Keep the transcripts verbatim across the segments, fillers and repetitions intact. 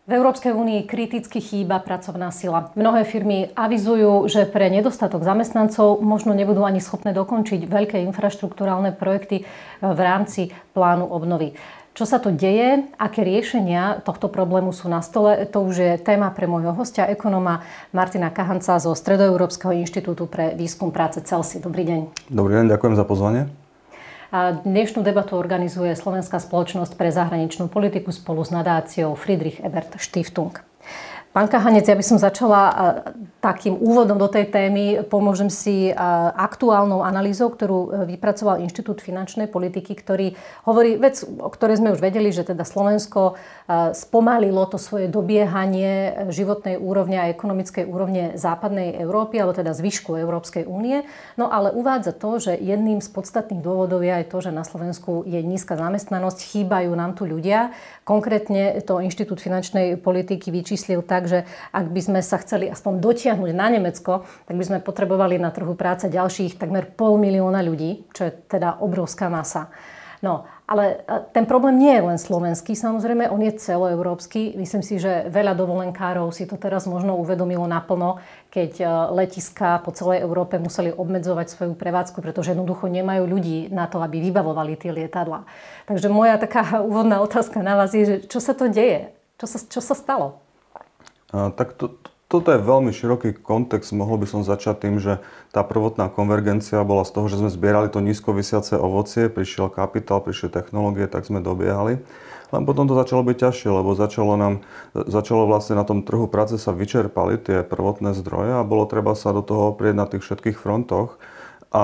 V Európskej únii kriticky chýba pracovná sila. Mnohé firmy avizujú, že pre nedostatok zamestnancov možno nebudú ani schopné dokončiť veľké infraštruktúrálne projekty v rámci plánu obnovy. Čo sa to deje, aké riešenia tohto problému sú na stole, to už je téma pre môjho hostia, ekonóma Martina Kahanca zo Stredoeurópskeho inštitútu pre výskum práce CELSI. Dobrý deň. Dobrý deň, ďakujem za pozvanie. A dnešnú debatu organizuje Slovenská spoločnosť pre zahraničnú politiku spolu s nadáciou Friedrich Ebert Stiftung. Pán Kahanec, ja by som začala takým úvodom do tej témy. Pomôžem si aktuálnou analýzou, ktorú vypracoval Inštitút finančnej politiky, ktorý hovorí vec, o ktorej sme už vedeli, že teda Slovensko spomalilo to svoje dobiehanie životnej úrovne a ekonomickej úrovne západnej Európy, alebo teda zvyšku Európskej únie. No ale uvádza to, že jedným z podstatných dôvodov je aj to, že na Slovensku je nízka zamestnanosť, chýbajú nám tu ľudia. Konkrétne to Inštitút finančnej politiky vyčíslil tak, že ak by sme sa chceli aspoň dotiahnuť na Nemecko, tak by sme potrebovali na trhu práce ďalších takmer pol milióna ľudí, čo je teda obrovská masa. No, ale ten problém nie je len slovenský, samozrejme, on je celoeurópsky. Myslím si, že veľa dovolenkárov si to teraz možno uvedomilo naplno, keď letiská po celej Európe museli obmedzovať svoju prevádzku, pretože jednoducho nemajú ľudí na to, aby vybavovali tie lietadlá. Takže moja taká úvodná otázka na vás je, že čo sa to deje? Čo sa, čo sa stalo? A, tak to, toto je veľmi široký kontext. Mohol by som začať tým, že tá prvotná konvergencia bola z toho, že sme zbierali to nízko visiace ovocie, prišiel kapitál, prišli technológie, tak sme dobiehali. Len potom to začalo byť ťažšie, lebo začalo nám, začalo vlastne na tom trhu práce sa vyčerpali tie prvotné zdroje a bolo treba sa do toho oprieť na tých všetkých frontoch a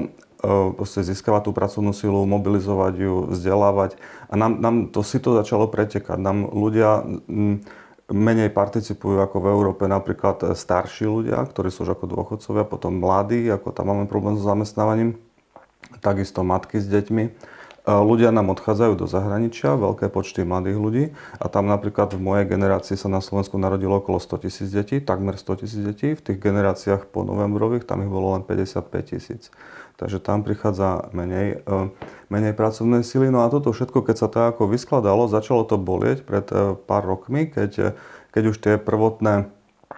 proste získavať tú pracovnú silu, mobilizovať ju, vzdelávať. A nám, nám to si to začalo pretekať. Nám ľudia menej participujú ako v Európe, napríklad starší ľudia, ktorí sú už ako dôchodcovia, potom mladí, ako tam máme problém so zamestnávaním, takisto matky s deťmi. Ľudia nám odchádzajú do zahraničia, veľké počty mladých ľudí a tam napríklad v mojej generácii sa na Slovensku narodilo okolo sto tisíc detí, takmer sto tisíc detí, v tých generáciách po novembrových tam ich bolo len päťdesiatpäť tisíc. Takže tam prichádza menej, menej pracovnej sily. No a toto všetko, keď sa to ako vyskladalo, začalo to bolieť pred pár rokmi, keď, keď už tie prvotné,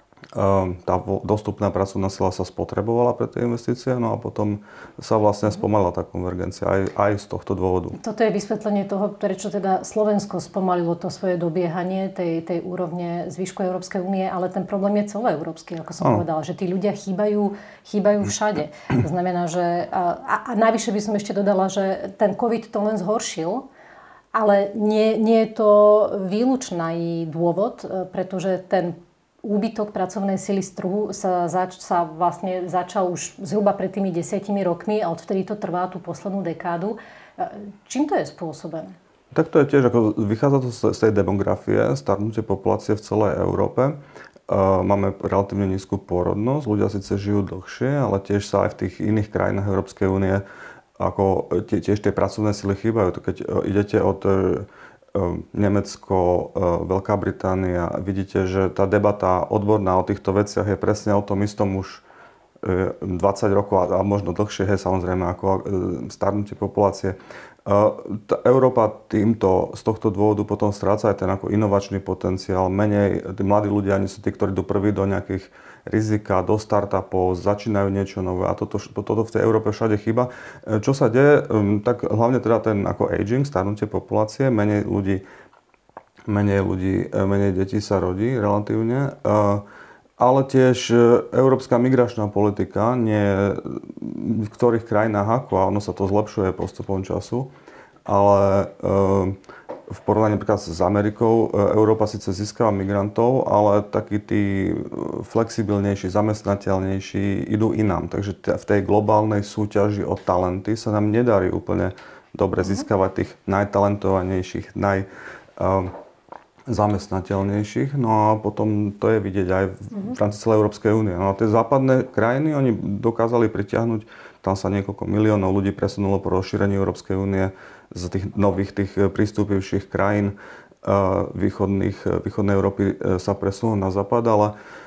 tá dostupná pracovná sila sa spotrebovala pre tie investície, no a potom sa vlastne spomalila tá konvergencia aj, aj z tohto dôvodu. Toto je vysvetlenie toho, prečo teda Slovensko spomalilo to svoje dobiehanie tej, tej úrovne zvyšku Európskej únie, ale ten problém je celoeurópsky, ako som ano. povedala, že tí ľudia chýbajú, chýbajú všade. To znamená, že a, a navyše by som ešte dodala, že ten COVID to len zhoršil, ale nie, nie je to výlučný dôvod, pretože ten úbytok pracovnej sily z trhu sa, zač- sa vlastne začal už zhruba pred tými desiatimi rokmi a odvtedy to trvá tú poslednú dekádu. Čím to je spôsobené? Tak to je tiež, ako vychádza to z tej demografie, starnutie populácie v celej Európe. Máme relatívne nízku pôrodnosť, ľudia síce žijú dlhšie, ale tiež sa aj v tých iných krajinách Európskej únie ako tiež tie pracovné sily chýbajú. Keď idete od Nemecko, Veľká Británia. Vidíte, že tá debata odborná o týchto veciach je presne o tom istom už dvadsať rokov a možno dlhšie, hej, samozrejme, ako starnutie populácie. Tá Európa týmto, z tohto dôvodu potom stráca aj ten ako inovačný potenciál. Menej, tí mladí ľudia nie sú tí, ktorí idú prví do nejakých rizika, do startupov, začínajú niečo nové a toto, toto v tej Európe všade chýba. Čo sa deje, tak hlavne teda ten ako aging, starnutie populácie, menej ľudí, menej ľudí, menej detí sa rodí relatívne. Ale tiež európska migračná politika, nie v ktorých krajinách ako, a ono sa to zlepšuje postupom času, ale v porovnaní napríklad s Amerikou, Európa síce získava migrantov, ale takí tí flexibilnejší, zamestnateľnejší idú inám. Takže v tej globálnej súťaži o talenty sa nám nedarí úplne dobre získavať tých najtalentovanejších, naj zamestnateľnejších, no a potom to je vidieť aj v rámci celej Európskej únie. No a tie západné krajiny, oni dokázali pritiahnuť, tam sa niekoľko miliónov ľudí presunulo po rozšírení Európskej únie z tých nových, tých prístupivších krajín východných, východnej Európy sa presunú na západ, ale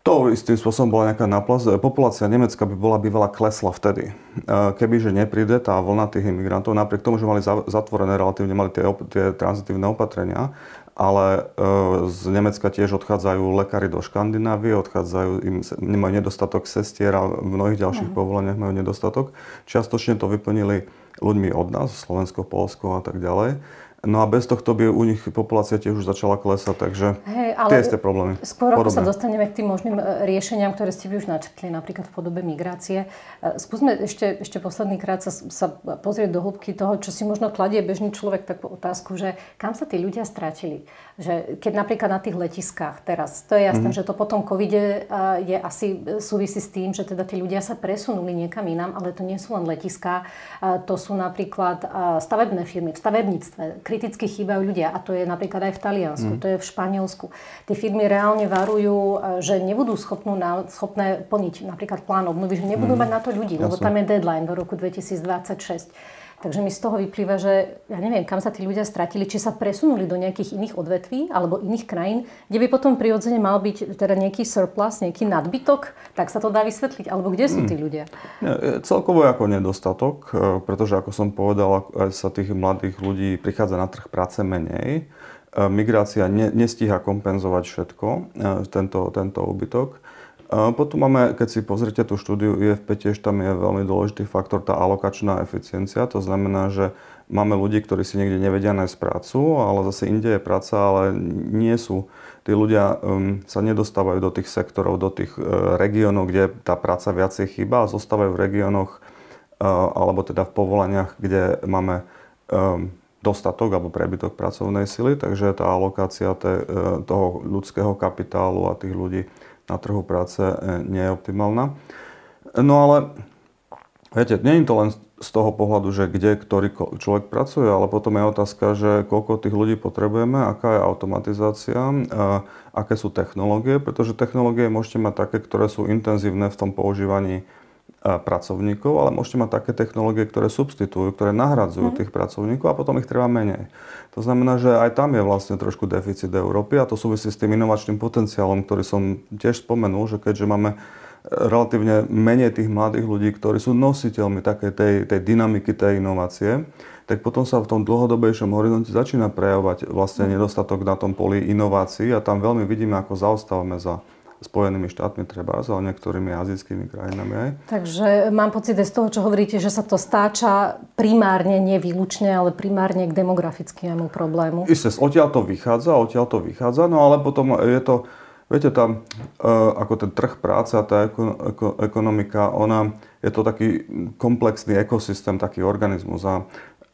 To istým spôsobom bola nejaká náplast. Populácia Nemecka by bola bývala klesla vtedy. Kebyže nepríde tá vlna tých imigrantov, napriek tomu, že mali zatvorené relatívne, mali tie, tie tranzitívne opatrenia, ale z Nemecka tiež odchádzajú lekári do Škandinávie, odchádzajú, im, nemajú nedostatok sestier a v mnohých ďalších uh-huh. povolaniach majú nedostatok. Čiastočne to vyplnili ľuďmi od nás, Slovensko, Poľsko a tak ďalej. No a bez tohto by u nich populácia tiež už začala klesať, takže hey, tie isté problémy. Skôr ako sa dostaneme k tým možným riešeniam, ktoré ste vy už načrtli, napríklad v podobe migrácie. Skúsme ešte, ešte posledný krát sa, sa pozrieť do hĺbky toho, čo si možno kladie bežný človek takú otázku, že kam sa tí ľudia stratili. Že keď napríklad na tých letiskách teraz, to je jasné, mm. že to po tom covide je asi súvisí s tým, že teda tí ľudia sa presunuli niekam inám, ale to nie sú len letiská, to sú napríklad stavebné firmy, v stavebníctve kriticky chýbajú ľudia a to je napríklad aj v Taliansku, mm. to je v Španielsku. Tie firmy reálne varujú, že nebudú schopnú, schopné plniť napríklad plán obnovy, že nebudú mm. mať na to ľudí, Jasne. lebo tam je deadline do roku dvetisícdvadsaťšesť. Takže mi z toho vyplýva, že ja neviem, kam sa tí ľudia stratili, či sa presunuli do nejakých iných odvetví alebo iných krajín, kde by potom prirodzene mal byť teda nejaký surplus, nejaký nadbytok, tak sa to dá vysvetliť. Alebo kde sú tí ľudia? Nie, celkovo je ako nedostatok, pretože ako som povedal, sa tých mladých ľudí prichádza na trh práce menej. Migrácia ne, nestíha kompenzovať všetko, tento, tento úbytok. Potom máme, keď si pozrite tú štúdiu í ef pé, tiež tam je veľmi dôležitý faktor tá alokačná eficiencia. To znamená, že máme ľudí, ktorí si niekde nevedia nájsť prácu, ale zase inde je práca, ale nie sú. Tí ľudia um, sa nedostávajú do tých sektorov, do tých uh, regiónov, kde tá práca viacej chýba a zostávajú v regiónoch uh, alebo teda v povolaniach, kde máme um, dostatok alebo prebytok pracovnej sily. Takže tá alokácia te, uh, toho ľudského kapitálu a tých ľudí na trhu práce nie je optimálna. No ale, viete, nie je to len z toho pohľadu, že kde ktorý človek pracuje, ale potom je otázka, že koľko tých ľudí potrebujeme, aká je automatizácia, aké sú technológie, pretože technológie môžete mať také, ktoré sú intenzívne v tom používaní pracovníkov, ale môžete mať také technológie, ktoré substitujú, ktoré nahradzujú mm. tých pracovníkov a potom ich treba menej. To znamená, že aj tam je vlastne trošku deficit Európy a to súvisí s tým inovačným potenciálom, ktorý som tiež spomenul, že keďže máme relatívne menej tých mladých ľudí, ktorí sú nositeľmi takej tej, tej dynamiky, tej inovácie, tak potom sa v tom dlhodobejšom horizonte začína prejavovať vlastne nedostatok na tom poli inovácií a tam veľmi vidíme, ako zaostávame za Spojenými štátmi treba, ale niektorými azijskými krajinami aj. Takže mám pocit z toho, čo hovoríte, že sa to stáča primárne, nie výlučne, ale primárne k demografickému problému. Isté, odtiaľ to vychádza, odtiaľ to vychádza, no ale potom je to, viete, tam ako ten trh práce a tá ekonomika, ona je to taký komplexný ekosystém, taký organizmus a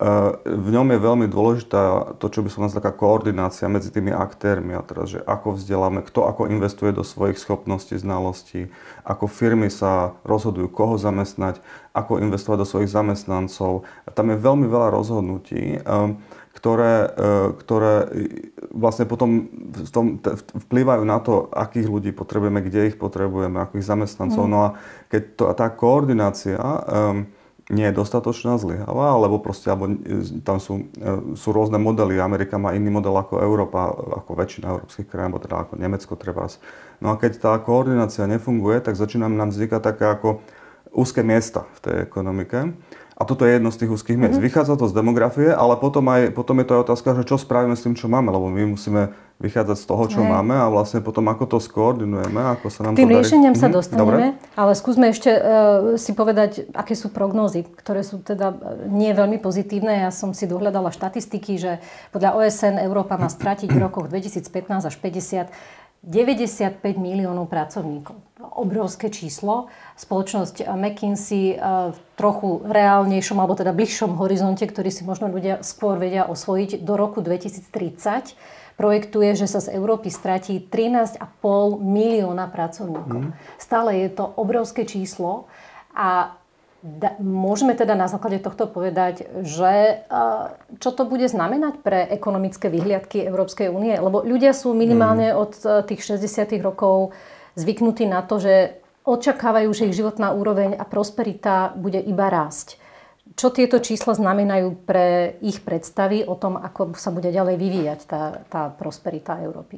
v ňom je veľmi dôležitá to, čo by som nazval taká koordinácia medzi tými aktérmi a teraz, že ako vzdeláme, kto ako investuje do svojich schopností, znalostí, ako firmy sa rozhodujú, koho zamestnať, ako investovať do svojich zamestnancov. A tam je veľmi veľa rozhodnutí, ktoré, ktoré vlastne potom v tom, vplývajú na to, akých ľudí potrebujeme, kde ich potrebujeme, akých zamestnancov. Mm. No a keď to, tá koordinácia nie je dostatočná, zlyháva, alebo proste, alebo tam sú, sú rôzne modely. Amerika má iný model ako Európa, ako väčšina európskych krajín, alebo teda ako Nemecko trebárs. No a keď tá koordinácia nefunguje, tak začína nám vznikať také ako úzke miesta v tej ekonomike. A toto je jedno z tých úzkých miest. Mm-hmm. Vychádza to z demografie, ale potom, aj, potom je to aj otázka, že čo spravíme s tým, čo máme, lebo my musíme vychádzať z toho, čo Hej. máme a vlastne potom ako to skoordinujeme, ako sa nám Tým to darí. Tým riešeniam sa mhm. dostaneme, Dobre. ale skúsme ešte uh, si povedať, aké sú prognózy, ktoré sú teda nie veľmi pozitívne. Ja som si dohľadala štatistiky, že podľa ó es en Európa má stratiť v rokoch dvetisícpätnásť až päťdesiat deväťdesiatpäť miliónov pracovníkov. Obrovské číslo. Spoločnosť McKinsey v trochu reálnejšom, alebo teda bližšom horizonte, ktorý si možno ľudia skôr vedia osvojiť, do roku dvetisíctridsať projektuje, že sa z Európy stratí trinásť a pol milióna pracovníkov. Mm. Stále je to obrovské číslo a Da, môžeme teda na základe tohto povedať, že čo to bude znamenať pre ekonomické vyhliadky Európskej únie? Lebo ľudia sú minimálne od tých šesťdesiatych rokov zvyknutí na to, že očakávajú, že ich životná úroveň a prosperita bude iba rásť. Čo tieto čísla znamenajú pre ich predstavy o tom, ako sa bude ďalej vyvíjať tá, tá prosperita Európy?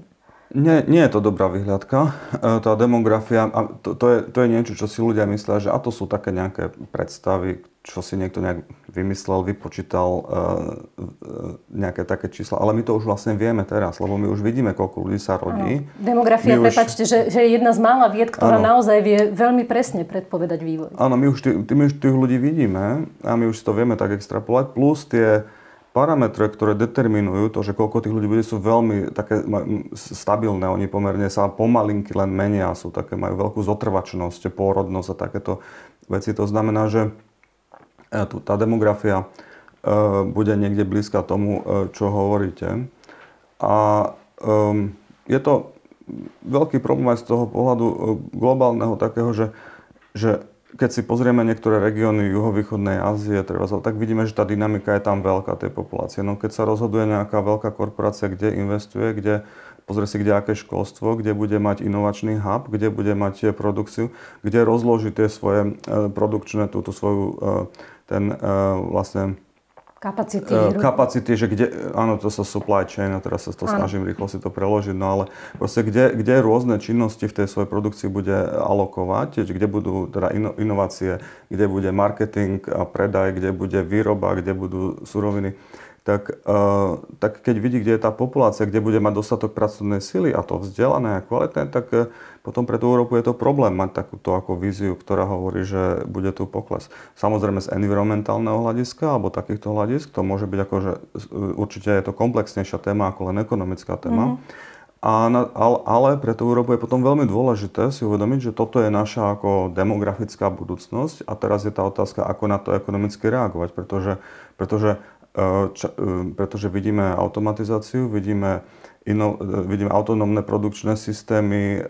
Nie, nie je to dobrá vyhliadka. Tá demografia, a to, to, je, to je niečo, čo si ľudia myslia, že a to sú také nejaké predstavy, čo si niekto nejak vymyslel, vypočítal uh, nejaké také čísla. Ale my to už vlastne vieme teraz, lebo my už vidíme, koľko ľudí sa rodí. Áno. Demografia, my prepáčte, už... že, že je jedna z mála vied, ktorá áno. naozaj vie veľmi presne predpovedať vývoj. Áno, my už, tý, my už tých ľudí vidíme a my už si to vieme tak extrapolovať. Plus tie parametre, ktoré determinujú to, že koľko tých ľudí bude, sú veľmi také stabilné. Oni pomerne sa pomalinky len menia, sú také, majú veľkú zotrvačnosť, pôrodnosť a takéto veci. To znamená, že tá demografia bude niekde blízka tomu, čo hovoríte. A je to veľký problém aj z toho pohľadu globálneho takého, že, že keď si pozrieme niektoré regióny juhovýchodnej Ázie, tak vidíme, že tá dynamika je tam veľká tej populácie. No keď sa rozhoduje nejaká veľká korporácia, kde investuje, kde pozrie si, kde aké školstvo, kde bude mať inovačný hub, kde bude mať produkciu, kde rozloží tie svoje produkčné, túto svoju, ten vlastne Kapacity. Kapacity, že kde, áno, to sa supply chain, a teraz sa to áno. snažím rýchlo si to preložiť, no ale proste kde, kde rôzne činnosti v tej svojej produkcii bude alokovať, kde budú teda ino, inovácie, kde bude marketing a predaj, kde bude výroba, kde budú suroviny, tak, uh, tak keď vidí, kde je tá populácia, kde bude mať dostatok pracovnej sily a to vzdelané a kvalitné, tak uh, potom pre tú Európu je to problém mať takúto ako víziu, ktorá hovorí, že bude tu pokles. Samozrejme z environmentálneho hľadiska alebo takýchto hľadisk, to môže byť ako, že určite je to komplexnejšia téma ako len ekonomická téma. Mm-hmm. A na, ale pre tú Európu je potom veľmi dôležité si uvedomiť, že toto je naša ako demografická budúcnosť a teraz je tá otázka, ako na to ekonomicky reagovať, pretože, pretože Ča, pretože vidíme automatizáciu, vidíme, ino, vidíme autonómne produkčné systémy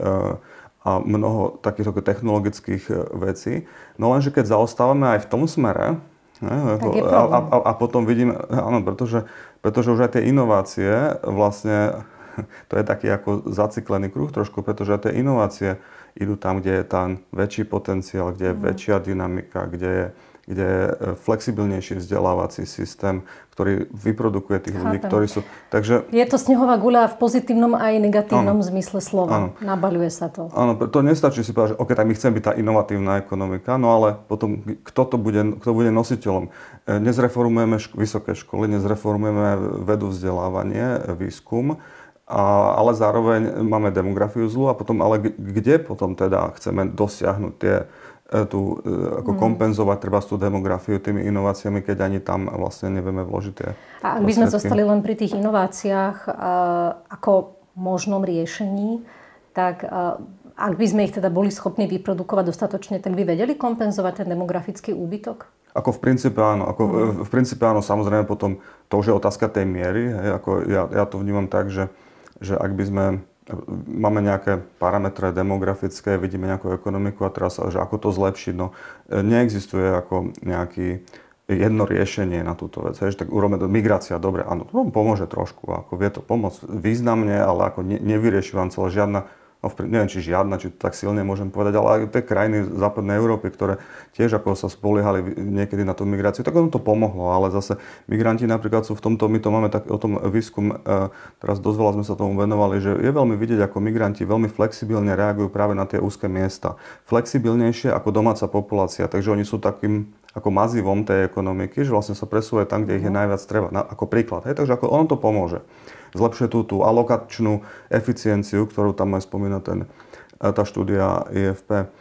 a mnoho takýchto technologických vecí. No lenže keď zaostávame aj v tom smere, ne, ako, a, a, a potom vidíme, áno, pretože, pretože už aj tie inovácie vlastne, to je taký ako zacyklený kruh trošku, pretože aj tie inovácie idú tam, kde je tam väčší potenciál, kde je mm. väčšia dynamika, kde je kde je flexibilnejší vzdelávací systém, ktorý vyprodukuje tých ľudí, Chápem. ktorí sú... Takže... Je to snehová guľa v pozitívnom aj negatívnom áno. zmysle slova. Áno. Nabaľuje sa to. Áno, to nestačí si povedať, že OK, tak my chceme byť tá inovatívna ekonomika, no ale potom kto to bude, kto bude nositeľom? Nezreformujeme šk- vysoké školy, nezreformujeme vedu, vzdelávanie, výskum, a, ale zároveň máme demografiu zlu a potom, ale kde potom teda chceme dosiahnuť tie tu ako kompenzovať treba tú demografiu tými inováciami, keď ani tam vlastne nevieme vložiť tie A ak by sme zostali len pri tých inováciách ako možnom riešení, tak ak by sme ich teda boli schopní vyprodukovať dostatočne, tak by vedeli kompenzovať ten demografický úbytok? Ako v princípe áno. Ako mm. v princípe áno, samozrejme potom to už je otázka tej miery. Hej, ako ja, ja to vnímam tak, že, že ak by sme máme nejaké parametre demografické, vidíme nejakú ekonomiku a teraz, že ako to zlepšiť, no neexistuje ako nejaký jedno riešenie na túto vec. Hej, že tak urobíme to, migrácia, dobre, áno, to pomôže trošku, ako vie to pomôcť významne, ale ako ne, nevyrieši vám celé žiadna, no, neviem, či žiadna, či to tak silne môžem povedať, ale aj tie krajiny západnej Európy, ktoré tiež ako sa spoliehali niekedy na tú migráciu, tak ono to pomohlo, ale zase migranti napríklad sú v tomto, my to máme tak o tom výskum, teraz dosť veľa sme sa tomu venovali, že je veľmi vidieť, ako migranti veľmi flexibilne reagujú práve na tie úzke miesta. Flexibilnejšie ako domáca populácia, takže oni sú takým ako mazivom tej ekonomiky, že vlastne sa presúvajú tam, kde ich je najviac treba, na, ako príklad. Hej, takže ako ono to pomôže. Zlepšuje tú, tú alokačnú eficienciu, ktorú tam aj spomína ten, tá štúdia í ef pé.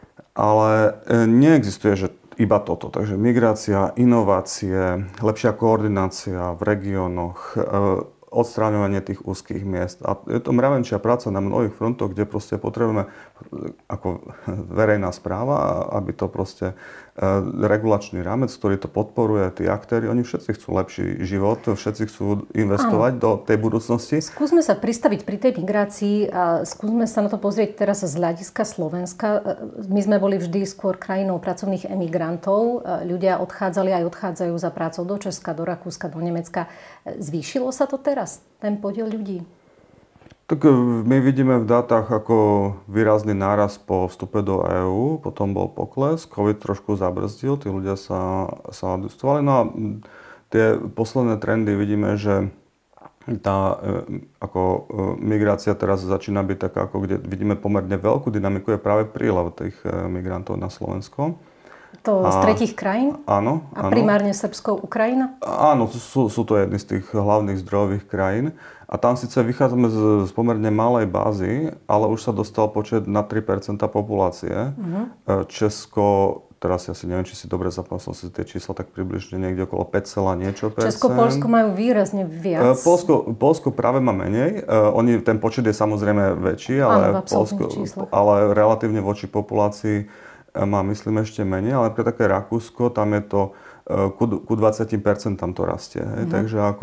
Ale neexistuje, že iba toto. Takže migrácia, inovácie, lepšia koordinácia v regiónoch, odstráňovanie tých úzkých miest. A je to mravenčia práca na mnohých frontoch, kde proste potrebujeme ako verejná správa, aby to proste regulačný rámec, ktorý to podporuje, tí aktéri, oni všetci chcú lepší život, všetci chcú investovať Áno. do tej budúcnosti. Skúsme sa pristaviť pri tej migrácii a skúsme sa na to pozrieť teraz z hľadiska Slovenska. My sme boli vždy skôr krajinou pracovných emigrantov. Ľudia odchádzali aj odchádzajú za prácou do Česka, do Rakúska, do Nemecka. Zvýšilo sa to teraz, ten podiel ľudí? Tak my vidíme v dátach ako výrazný náraz po vstupe do EÚ, potom bol pokles, COVID trošku zabrzdil, tí ľudia sa, sa adjustovali. No a tie posledné trendy vidíme, že tá ako migrácia teraz začína byť taká, ako kde vidíme pomerne veľkú dynamiku, je práve prílev tých migrantov na Slovensko. To a, z tretích krajín? Áno. A áno. primárne Srbsko, Ukrajina? Áno, sú, sú to jedny z tých hlavných zdrojových krajín. A tam síce vychádzame z, z pomerne malej bázy, ale už sa dostal počet na tri percentá populácie. Uh-huh. Česko, teraz ja si neviem, či si dobre zapamätal som si tie čísla, tak približne niekde okolo päť niečo percent. Česko, Poľsko majú výrazne viac. Polsko, Polsko práve má menej. Oni, ten počet je samozrejme väčší, ale, Áno, Polsko, ale relatívne voči populácii má, myslím, ešte menej. Ale pre také Rakúsko, tam je to ku, ku dvadsať percent tam to rastie. Hej. Mhm. Takže ako...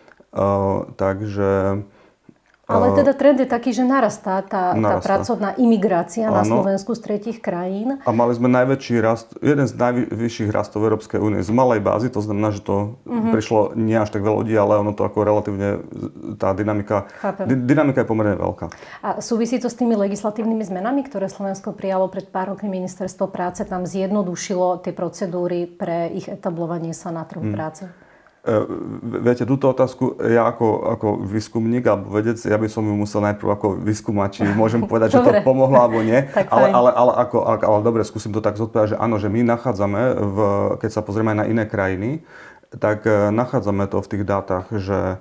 Uh, takže... Ale teda trend je taký, že narastá tá, tá pracovná imigrácia na Slovensku z tretích krajín. A mali sme najväčší rast, jeden z najvyšších rastov Európskej únie z malej bázy, to znamená, že to mm-hmm. prišlo nie až tak veľa ľudí, ale ono to ako relatívne, tá dynamika, dy, dynamika je pomerne veľká. A súvisí to s tými legislatívnymi zmenami, ktoré Slovensko prijalo pred pár rokmi, ministerstvo práce tam zjednodušilo tie procedúry pre ich etablovanie sa na trhu mm. práce? Viete, túto otázku ja ako, ako výskumník alebo vedec, ja by som ju musel najprv ako vyskúmať, či môžem povedať, že to pomohlo alebo nie. ale, ale, ale, ako, ale, ale dobre, skúsim to tak zodpovedať, že áno, že my nachádzame, v, keď sa pozrieme aj na iné krajiny, tak nachádzame to v tých dátach, že,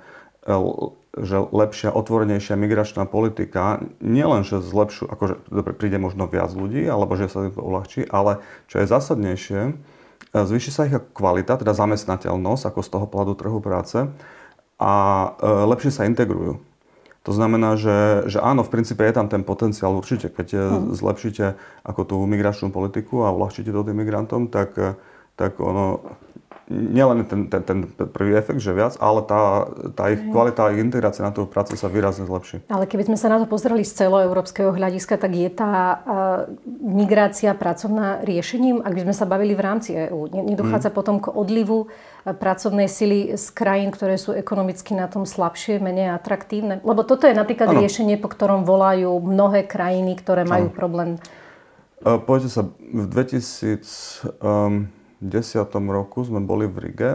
že lepšia, otvorenejšia migračná politika nielen, že zlepšu, akože dobre, príde možno viac ľudí, alebo že sa to uľahčí, ale čo je zásadnejšie, zvýši sa ich kvalita, teda zamestnateľnosť, ako z toho pohľadu trhu práce a lepšie sa integrujú. To znamená, že, že áno, v princípe je tam ten potenciál určite. Keď hmm. zlepšíte ako tú migračnú politiku a uľahčíte to tým migrantom, tak, tak ono... Nielen ten, ten, ten prvý efekt, že viac, ale tá, tá ich kvalita a integrácia na tú prácu sa výrazne zlepší. Ale keby sme sa na to pozreli z celoeurópskeho hľadiska, tak je tá uh, migrácia pracovná riešením, ak by sme sa bavili v rámci EÚ. Nedochádza mm. potom k odlivu pracovnej sily z krajín, ktoré sú ekonomicky na tom slabšie, menej atraktívne? Lebo toto je napríklad ano. riešenie, po ktorom volajú mnohé krajiny, ktoré majú ano. problém. Uh, Poďte sa, v dvetisíc... Um, desiatom roku sme boli v Rige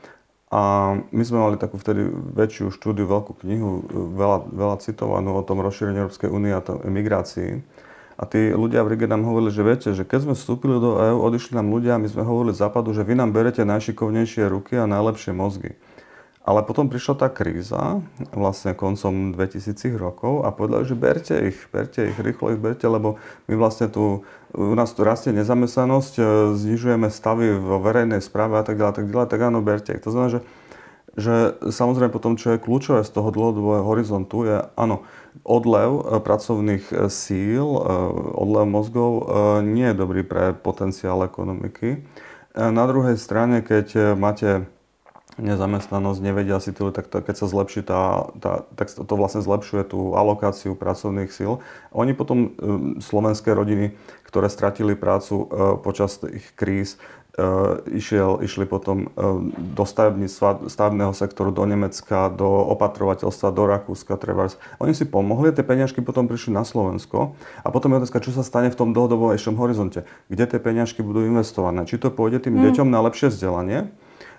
a my sme mali takú vtedy väčšiu štúdiu, veľkú knihu, veľa, veľa citovanú o tom rozšírení Európskej únie a tom emigrácii. A tí ľudia v Rige nám hovorili, že viete, že keď sme vstúpili do EÚ, odišli nám ľudia a my sme hovorili z západu, že vy nám berete najšikovnejšie ruky a najlepšie mozgy. Ale potom prišla tá kríza, vlastne koncom dvetisícich rokov a povedali, že berte ich, berte ich, rýchlo ich berte, lebo my vlastne tu, u nás tu rastie nezamestnanosť, znižujeme stavy vo verejnej správe a tak ďalej, tak ďalej, tak áno, berte ich. To znamená, že, že samozrejme potom, čo je kľúčové z toho dlhodobého horizontu, je áno, odlev pracovných síl, odlev mozgov nie je dobrý pre potenciál ekonomiky. Na druhej strane, keď máte nezamestnanosť, nevedia si to, tak to, keď sa zlepší tá, tá, tak to vlastne zlepšuje tú alokáciu pracovných síl. Oni potom, e, slovenské rodiny, ktoré stratili prácu e, počas tých kríz, e, išiel, išli potom e, do stavebníctva, stavebného sektoru, do Nemecka, do opatrovateľstva, do Rakúska, trebárs. Oni si pomohli, tie peňažky potom prišli na Slovensko a potom je otázka, čo sa stane v tom dlhodobejšom horizonte. Kde tie peňažky budú investované? Či to pôjde tým mm. deťom na lepšie vzdelanie,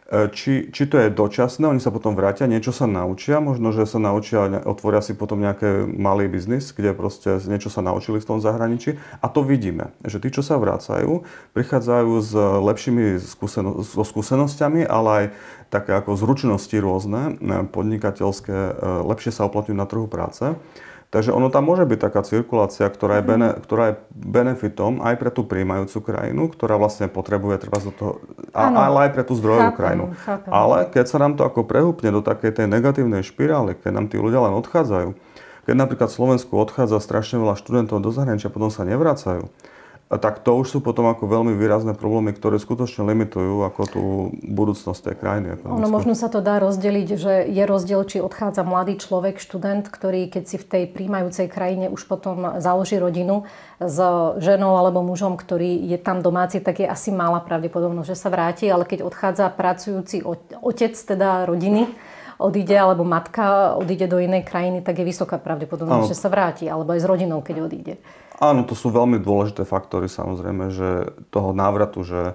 Či, či to je dočasné, oni sa potom vrátia, niečo sa naučia, možno, že sa naučia, otvoria si potom nejaký malý biznis, kde proste niečo sa naučili v tom zahraničí. A to vidíme, že tí, čo sa vracajú, prichádzajú s lepšími skúseno- so skúsenosťami, ale aj také ako zručnosti rôzne, podnikateľské, lepšie sa uplatňujú na trhu práce. Takže ono tam môže byť taká cirkulácia, ktorá je, bene, ktorá je benefitom aj pre tú prijímajúcu krajinu, ktorá vlastne potrebuje treba do toho, a, ale aj pre tú zdrojovú chápem, krajinu. Chápem. Ale keď sa nám to ako prehúpne do takej tej negatívnej špirály, keď nám tí ľudia len odchádzajú, keď napríklad v Slovensku odchádza strašne veľa študentov do zahraničia, potom sa nevracajú, tak to už sú potom ako veľmi výrazné problémy, ktoré skutočne limitujú ako tú budúcnosť tej krajiny. Ono možno sa to dá rozdeliť, že je rozdiel, či odchádza mladý človek, študent, ktorý keď si v tej príjmajúcej krajine už potom založí rodinu s ženou alebo mužom, ktorý je tam domáci, tak je asi malá pravdepodobnosť, že sa vráti, ale keď odchádza pracujúci otec, teda rodiny, odíde, alebo matka odíde do inej krajiny, tak je vysoká pravdepodobnosť, že sa vráti, alebo aj s rodinou, keď odíde. Áno, to sú veľmi dôležité faktory, samozrejme, že toho návratu, že,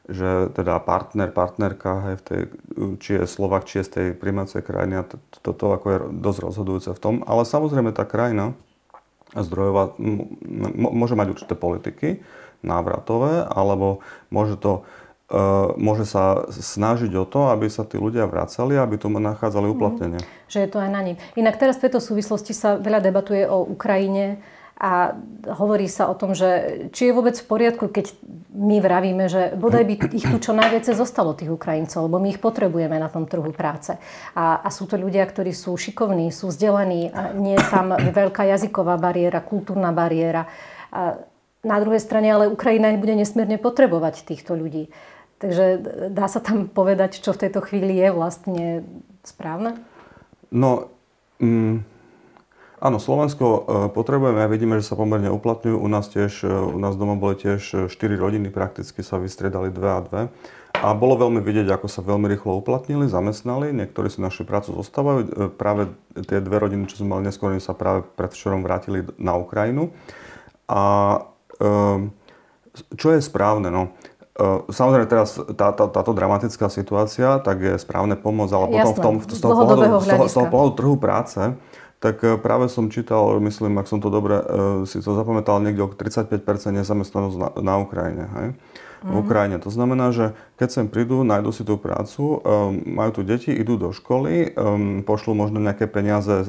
že teda partner, partnerka, hej, v tej, či je Slovak, či je z tej prijímacej krajiny, a toto to, to ako je dosť rozhodujúce v tom. Ale samozrejme tá krajina zdrojová m- m- môže mať určité politiky návratové, alebo môže to Uh, môže sa snažiť o to, aby sa tí ľudia vracali, aby tu nachádzali uplatnenie. Mm, že je to aj na ním. Inak teraz v tejto súvislosti sa veľa debatuje o Ukrajine a hovorí sa o tom, že či je vôbec v poriadku, keď my vravíme, že bodaj by ich tu čo najviac zostalo, tých Ukrajincov, lebo my ich potrebujeme na tom trhu práce. A, a sú to ľudia, ktorí sú šikovní, sú vzdelaní, a nie je tam veľká jazyková bariéra, kultúrna bariéra. A na druhej strane ale Ukrajina bude nesmierne potrebovať týchto ľudí. Takže dá sa tam povedať, čo v tejto chvíli je vlastne správne? No, mm, áno, Slovensko e, potrebujeme a vidíme, že sa pomerne uplatňujú. U nás tiež, e, u nás doma boli tiež štyri rodiny, prakticky sa vystriedali dve a dve. A bolo veľmi vidieť, ako sa veľmi rýchlo uplatnili, zamestnali. Niektorí si našu prácu zostávajú. E, práve tie dve rodiny, čo sme mali neskôr, sa práve predvčerom vrátili na Ukrajinu. A e, čo je správne, no? Samozrejme teraz tá, tá, táto dramatická situácia, tak je správne pomôcť, ale potom v tom, z toho pohľadu, z toho, z toho pohľadu trhu práce, tak práve som čítal, myslím, ak som to dobre si to zapamätal, niekde o tridsaťpäť percent nezamestnanosť na, na Ukrajine. Hej? V Ukrajine. To znamená, že keď sem prídu, nájdu si tú prácu, um, majú tu deti, idú do školy, um, pošlú možno nejaké peniaze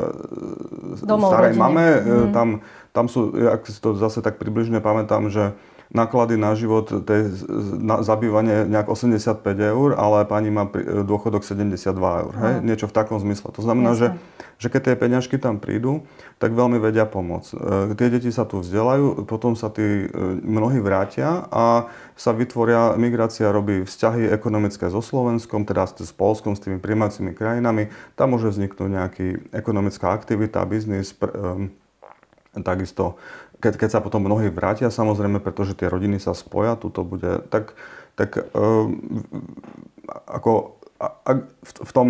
uh, starej mame. Mm. Tam, tam sú, ak si to zase tak približne pamätám, že náklady na život, tej, na zabývanie nejak osemdesiatpäť eur, ale pani má dôchodok sedemdesiatdva eur. Hej? No. Niečo v takom zmysle. To znamená, že, že keď tie peňažky tam prídu, tak veľmi vedia pomôcť. Tie deti sa tu vzdelajú, potom sa tí mnohí vrátia a sa vytvoria, migrácia robí vzťahy ekonomické so Slovenskom, teda s Poľskom, s tými prijímacími krajinami. Tam môže vzniknúť nejaká ekonomická aktivita, biznis, um, takisto Keď, keď sa potom mnohí vrátia, samozrejme, pretože tie rodiny sa spoja, tuto bude, tak, tak um, ako a, a v, v tom,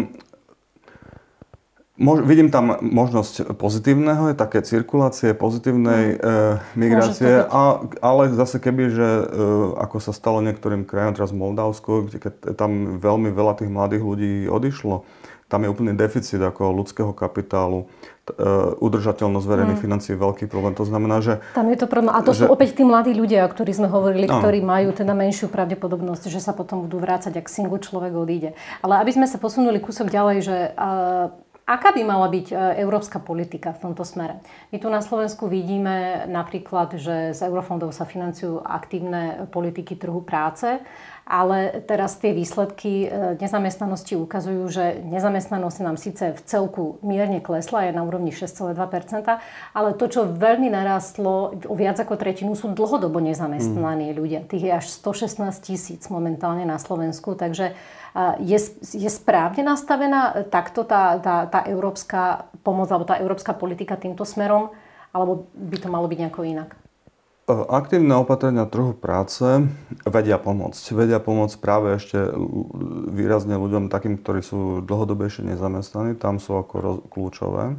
mož, vidím tam možnosť pozitívneho, také cirkulácie, pozitívnej mm. e, migrácie, a, ale zase keby, že e, ako sa stalo niektorým krajom, teraz Moldavsku, kde keď tam veľmi veľa tých mladých ľudí odišlo, tam je úplný deficit ako ľudského kapitálu, udržateľnosť verejných hmm. financií je veľký problém. To znamená, že... Tam je to problém. A to že, sú opäť tí mladí ľudia, o ktorých sme hovorili, no. ktorí majú teda menšiu pravdepodobnosť, že sa potom budú vrácať, ak single človek odíde. Ale aby sme sa posunuli kúsok ďalej, že uh, aká by mala byť uh, európska politika v tomto smere? My tu na Slovensku vidíme napríklad, že z eurofondov sa financujú aktívne politiky trhu práce, ale teraz tie výsledky nezamestnanosti ukazujú, že nezamestnanosť nám síce v celku mierne klesla, je na úrovni šesť celá dva percenta, ale to, čo veľmi narástlo, o viac ako tretinu, sú dlhodobo nezamestnaní mm. ľudia. Tých je až stošestnásť tisíc momentálne na Slovensku, takže je, je správne nastavená takto tá, tá, tá európska pomoc alebo tá európska politika týmto smerom, alebo by to malo byť nejako inak? Aktívne opatrenia trhu práce vedia pomôcť. Vedia pomôcť práve ešte výrazne ľuďom takým, ktorí sú dlhodobejšie nezamestnaní. Tam sú ako roz, kľúčové.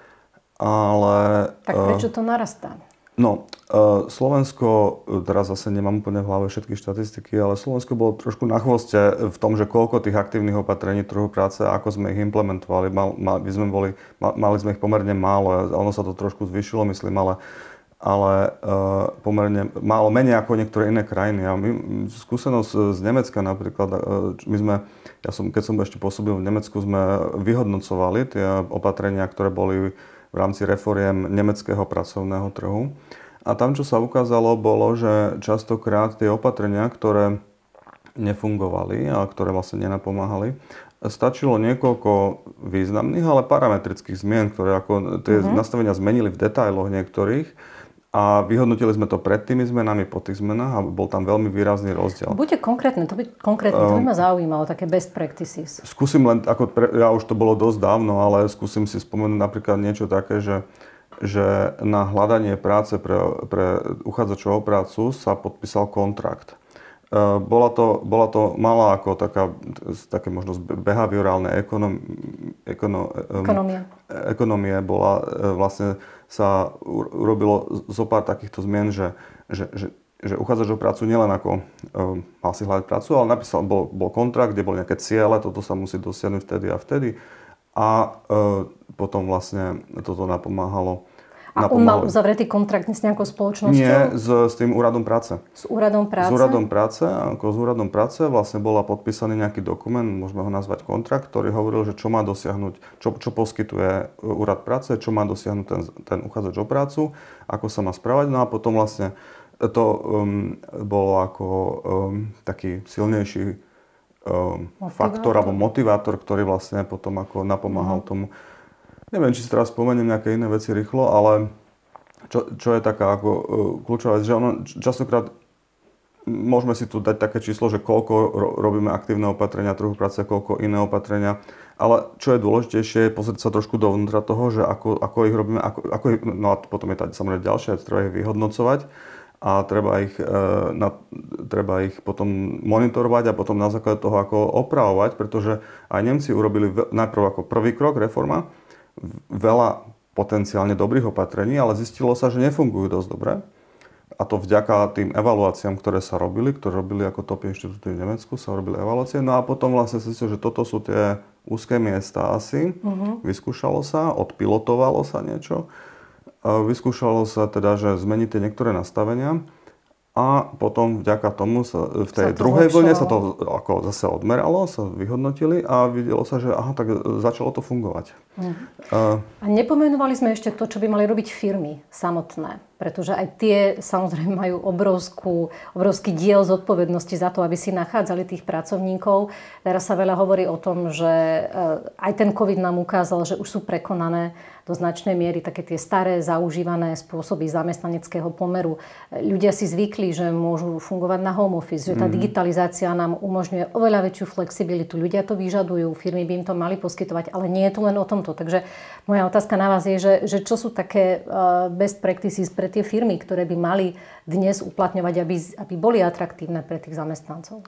Ale... Tak prečo to narastá? No, Slovensko, teraz zase nemám úplne v hlave všetky štatistiky, ale Slovensko bolo trošku na chvoste v tom, že koľko tých aktívnych opatrení trhu práce, ako sme ich implementovali. Mal, mal, my sme boli, mali sme ich pomerne málo. Ono sa to trošku zvyšilo, myslím, ale ale uh, pomerne málo menej ako niektoré iné krajiny. A my, skúsenosť z Nemecka napríklad, uh, my sme, ja som, keď som ešte pôsobil v Nemecku, sme vyhodnocovali tie opatrenia, ktoré boli v rámci reforiem nemeckého pracovného trhu. A tam, čo sa ukázalo, bolo, že častokrát tie opatrenia, ktoré nefungovali a ktoré vlastne nenapomáhali, stačilo niekoľko významných, ale parametrických zmien, ktoré ako tie mm-hmm. nastavenia zmenili v detailoch niektorých. A vyhodnotili sme to pred tými zmenami, po tých zmenách a bol tam veľmi výrazný rozdiel. Buďte konkrétne, to by, konkrétne, to by ma zaujímalo, také best practices. Skúsim len, ako pre, ja už to bolo dosť dávno, ale skúsim si spomenúť napríklad niečo také, že, že na hľadanie práce pre, pre uchádzačov o prácu sa podpísal kontrakt. Bola to, bola to malá ako taká, také možno behaviorálne ekonom, ekono, ekonomie. ekonomie bola vlastne sa urobilo zo pár takýchto zmien, že, že, že, že uchádzač o prácu nielen ako um, mal si hľadať prácu, ale napísal, bol, bol kontrakt, kde boli nejaké ciele, toto sa musí dosiahnuť vtedy a vtedy. A uh, potom vlastne toto napomáhalo. A on mal uzavretý kontrakt s nejakou spoločnosťou? Nie, s, s tým úradom práce. S úradom práce? S úradom práce, ako s úradom práce vlastne bola podpísaný nejaký dokument, môžeme ho nazvať kontrakt, ktorý hovoril, že čo má dosiahnuť, čo, čo poskytuje úrad práce, čo má dosiahnuť ten, ten uchádzač o prácu, ako sa má správať. No a potom vlastne to um, bolo ako um, taký silnejší um, faktor alebo motivátor, ktorý vlastne potom ako napomáhal mm. tomu. Neviem, či si teraz spomeniem nejaké iné veci rýchlo, ale čo, čo je taká ako uh, kľúčová vec, že ono častokrát môžeme si tu dať také číslo, že koľko ro- robíme aktívne opatrenia trhu práce, koľko iné opatrenia, ale čo je dôležitejšie je pozrieť sa trošku dovnútra toho, že ako, ako ich robíme, ako, ako ich, no a potom je tá samozrejme ďalšia, treba ich vyhodnocovať a treba ich, e, na, treba ich potom monitorovať a potom na základe toho ako opravovať, pretože aj Nemci urobili ve- najprv ako prvý krok, reforma, veľa potenciálne dobrých opatrení, ale zistilo sa, že nefungujú dosť dobre. A to vďaka tým evaluáciám, ktoré sa robili, ktoré robili ako top inštitúty v Nemecku, sa robili evaluácie. No a potom vlastne sa zistilo, že toto sú tie úzké miesta asi. Uh-huh. Vyskúšalo sa, odpilotovalo sa niečo. Vyskúšalo sa teda, že zmeniť tie niektoré nastavenia. A potom vďaka tomu sa v tej sa druhej vlne sa to ako zase odmeralo, sa vyhodnotili a videlo sa, že aha, tak začalo to fungovať. Mm. Uh, a nepomenovali sme ešte to, čo by mali robiť firmy samotné. Pretože aj tie samozrejme majú obrovskú, obrovský diel zodpovednosti za to, aby si nachádzali tých pracovníkov. Teraz sa veľa hovorí o tom, že aj ten COVID nám ukázal, že už sú prekonané do značnej miery také tie staré, zaužívané spôsoby zamestnaneckého pomeru. Ľudia si zvykli, že môžu fungovať na home office, že tá mm. digitalizácia nám umožňuje oveľa väčšiu flexibilitu. Ľudia to vyžadujú, firmy by im to mali poskytovať, ale nie je to len o tomto. Takže moja otázka na vás je, že, že čo sú také best practices pre tie firmy, ktoré by mali dnes uplatňovať, aby, aby boli atraktívne pre tých zamestnancov?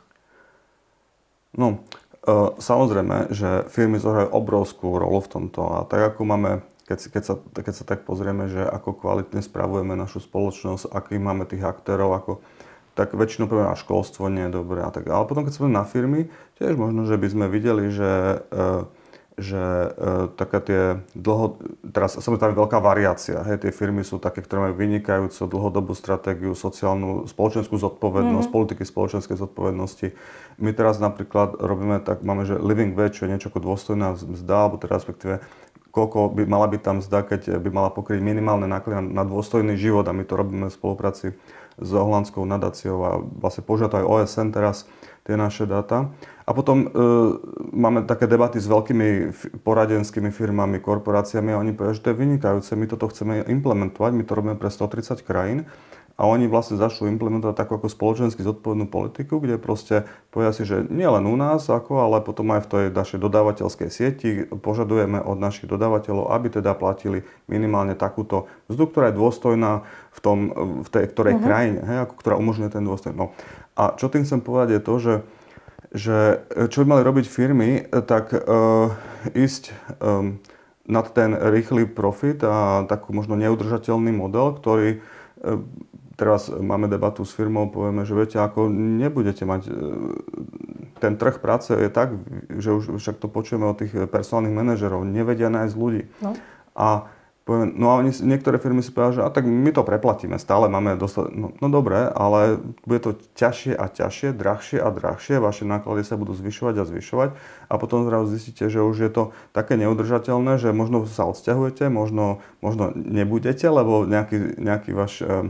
No, e, samozrejme, že firmy zohrajú obrovskú rolu v tomto. A tak ako máme, keď, keď, sa, keď sa tak pozrieme, že ako kvalitne spravujeme našu spoločnosť, akých máme tých aktérov, ako, tak väčšinou povieme, na školstvo nie je dobré. A tak. Ale potom, keď sa povieme na firmy, tiež možno, že by sme videli, že e, že e, také tie dlho... Teraz samozrejme tam je veľká variácia. Hej, tie firmy sú také, ktoré majú vynikajúcu dlhodobú stratégiu, sociálnu, spoločenskú zodpovednosť, mm-hmm. politiky spoločenskej zodpovednosti. My teraz napríklad robíme tak, máme, že living wage, čo je niečo ako dôstojná mzda, alebo teda respektíve koľko by mala byť tam mzda, keď by mala pokryť minimálne náklady na, na dôstojný život. A my to robíme v spolupráci s holandskou nadáciou a vlastne požiada aj O S N teraz tie naše dáta. A potom e, máme také debaty s veľkými f- poradenskými firmami, korporáciami a oni povedia, že to je vynikajúce, my toto chceme implementovať, my to robíme pre stotridsať krajín a oni vlastne začnú implementovať takú ako spoločensky zodpovednú politiku, kde proste povedia si, že nie len u nás, ako, ale potom aj v tej našej dodávateľskej sieti požadujeme od našich dodávateľov, aby teda platili minimálne takúto mzdu, ktorá je dôstojná v, tom, v tej ktorej uh-huh. krajine, hej, ako, ktorá umožňuje ten dôstojný. No. A čo tým chcem povedať je to, že že čo by mali robiť firmy, tak uh, ísť um, nad ten rýchly profit a takú možno neudržateľný model, ktorý uh, teraz máme debatu s firmou, povieme, že viete, ako nebudete mať, uh, ten trh práce je tak, že už však to počujeme od tých personálnych manažerov, nevedia nájsť ľudí. No. A poviem, no a oni, niektoré firmy si povedia, že a tak my to preplatíme, stále máme dostať, no, no dobre, ale bude to ťažšie a ťažšie, drahšie a drahšie, vaše náklady sa budú zvyšovať a zvyšovať a potom zrazu zistíte, že už je to také neudržateľné, že možno sa odsťahujete, možno, možno nebudete, lebo nejaký, nejaký váš um,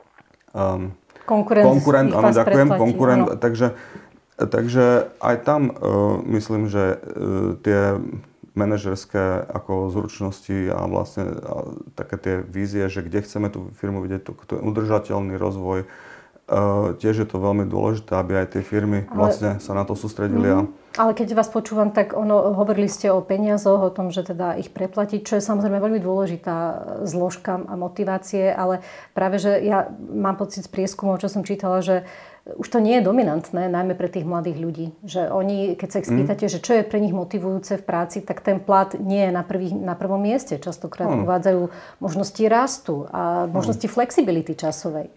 konkurent, konkurent áno, ďakujem, predplatí, konkurent, no. takže, takže aj tam uh, myslím, že uh, tie manažerské ako zručnosti a vlastne a také tie vízie, že kde chceme tú firmu vidieť, to, to udržateľný rozvoj. Uh, tiež je to veľmi dôležité, aby aj tie firmy ale, vlastne sa na to sústredili. Mm, a... Ale keď vás počúvam, tak ono, hovorili ste o peniazoch, o tom, že teda ich preplatiť, čo je samozrejme veľmi dôležitá zložka a motivácie, ale práve, že ja mám pocit z prieskumov, čo som čítala, že už to nie je dominantné, najmä pre tých mladých ľudí. Že oni, keď sa ich spýtate, mm. že čo je pre nich motivujúce v práci, tak ten plat nie je na, prvý, na prvom mieste. Častokrát mm. uvádzajú možnosti rastu a možnosti mm. flexibility časovej.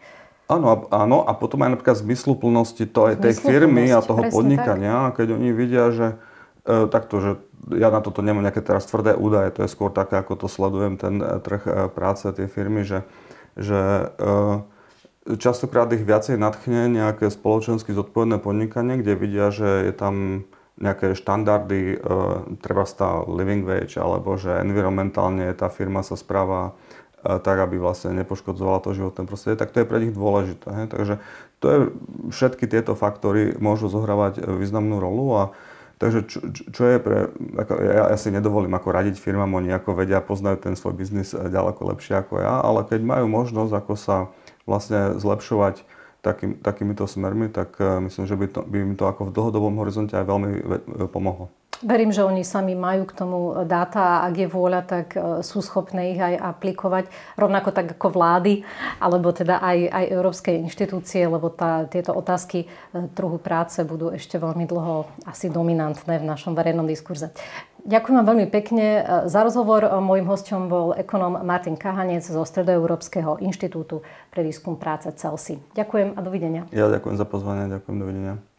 Áno, áno, a potom aj napríklad zmysluplnosti to aj tej firmy a toho podnikania, tak. Keď oni vidia, že e, takto, že ja na toto nemám nejaké teraz tvrdé údaje, to je skôr také, ako to sledujem, ten trh práce, tie firmy, že, že e, častokrát ich viacej nadchne nejaké spoločensky zodpovedné podnikanie, kde vidia, že je tam nejaké štandardy, e, treba tá living wage, alebo že environmentálne tá firma sa správa tak, aby vlastne nepoškodzovala to životné prostredie, tak to je pre nich dôležité. He? Takže to je, všetky tieto faktory môžu zohrávať významnú rolu a takže čo, čo je pre, ako, ja, ja si nedovolím ako radiť firmám, oni ako vedia, poznajú ten svoj biznis ďaleko lepšie ako ja, ale keď majú možnosť ako sa vlastne zlepšovať takým, takýmito smermi, tak myslím, že by, to, by im to ako v dlhodobom horizonte aj veľmi pomohlo. Verím, že oni sami majú k tomu dáta a ak je vôľa, tak sú schopné ich aj aplikovať. Rovnako tak ako vlády, alebo teda aj, aj európske inštitúcie, lebo tá, tieto otázky trhu práce budú ešte veľmi dlho asi dominantné v našom verejnom diskurze. Ďakujem vám veľmi pekne za rozhovor. Mojím hosťom bol ekonóm Martin Kahanec zo Stredoeurópskeho inštitútu pre výskum práce CELSI. Ďakujem a dovidenia. Ja ďakujem za pozvanie, ďakujem, dovidenia.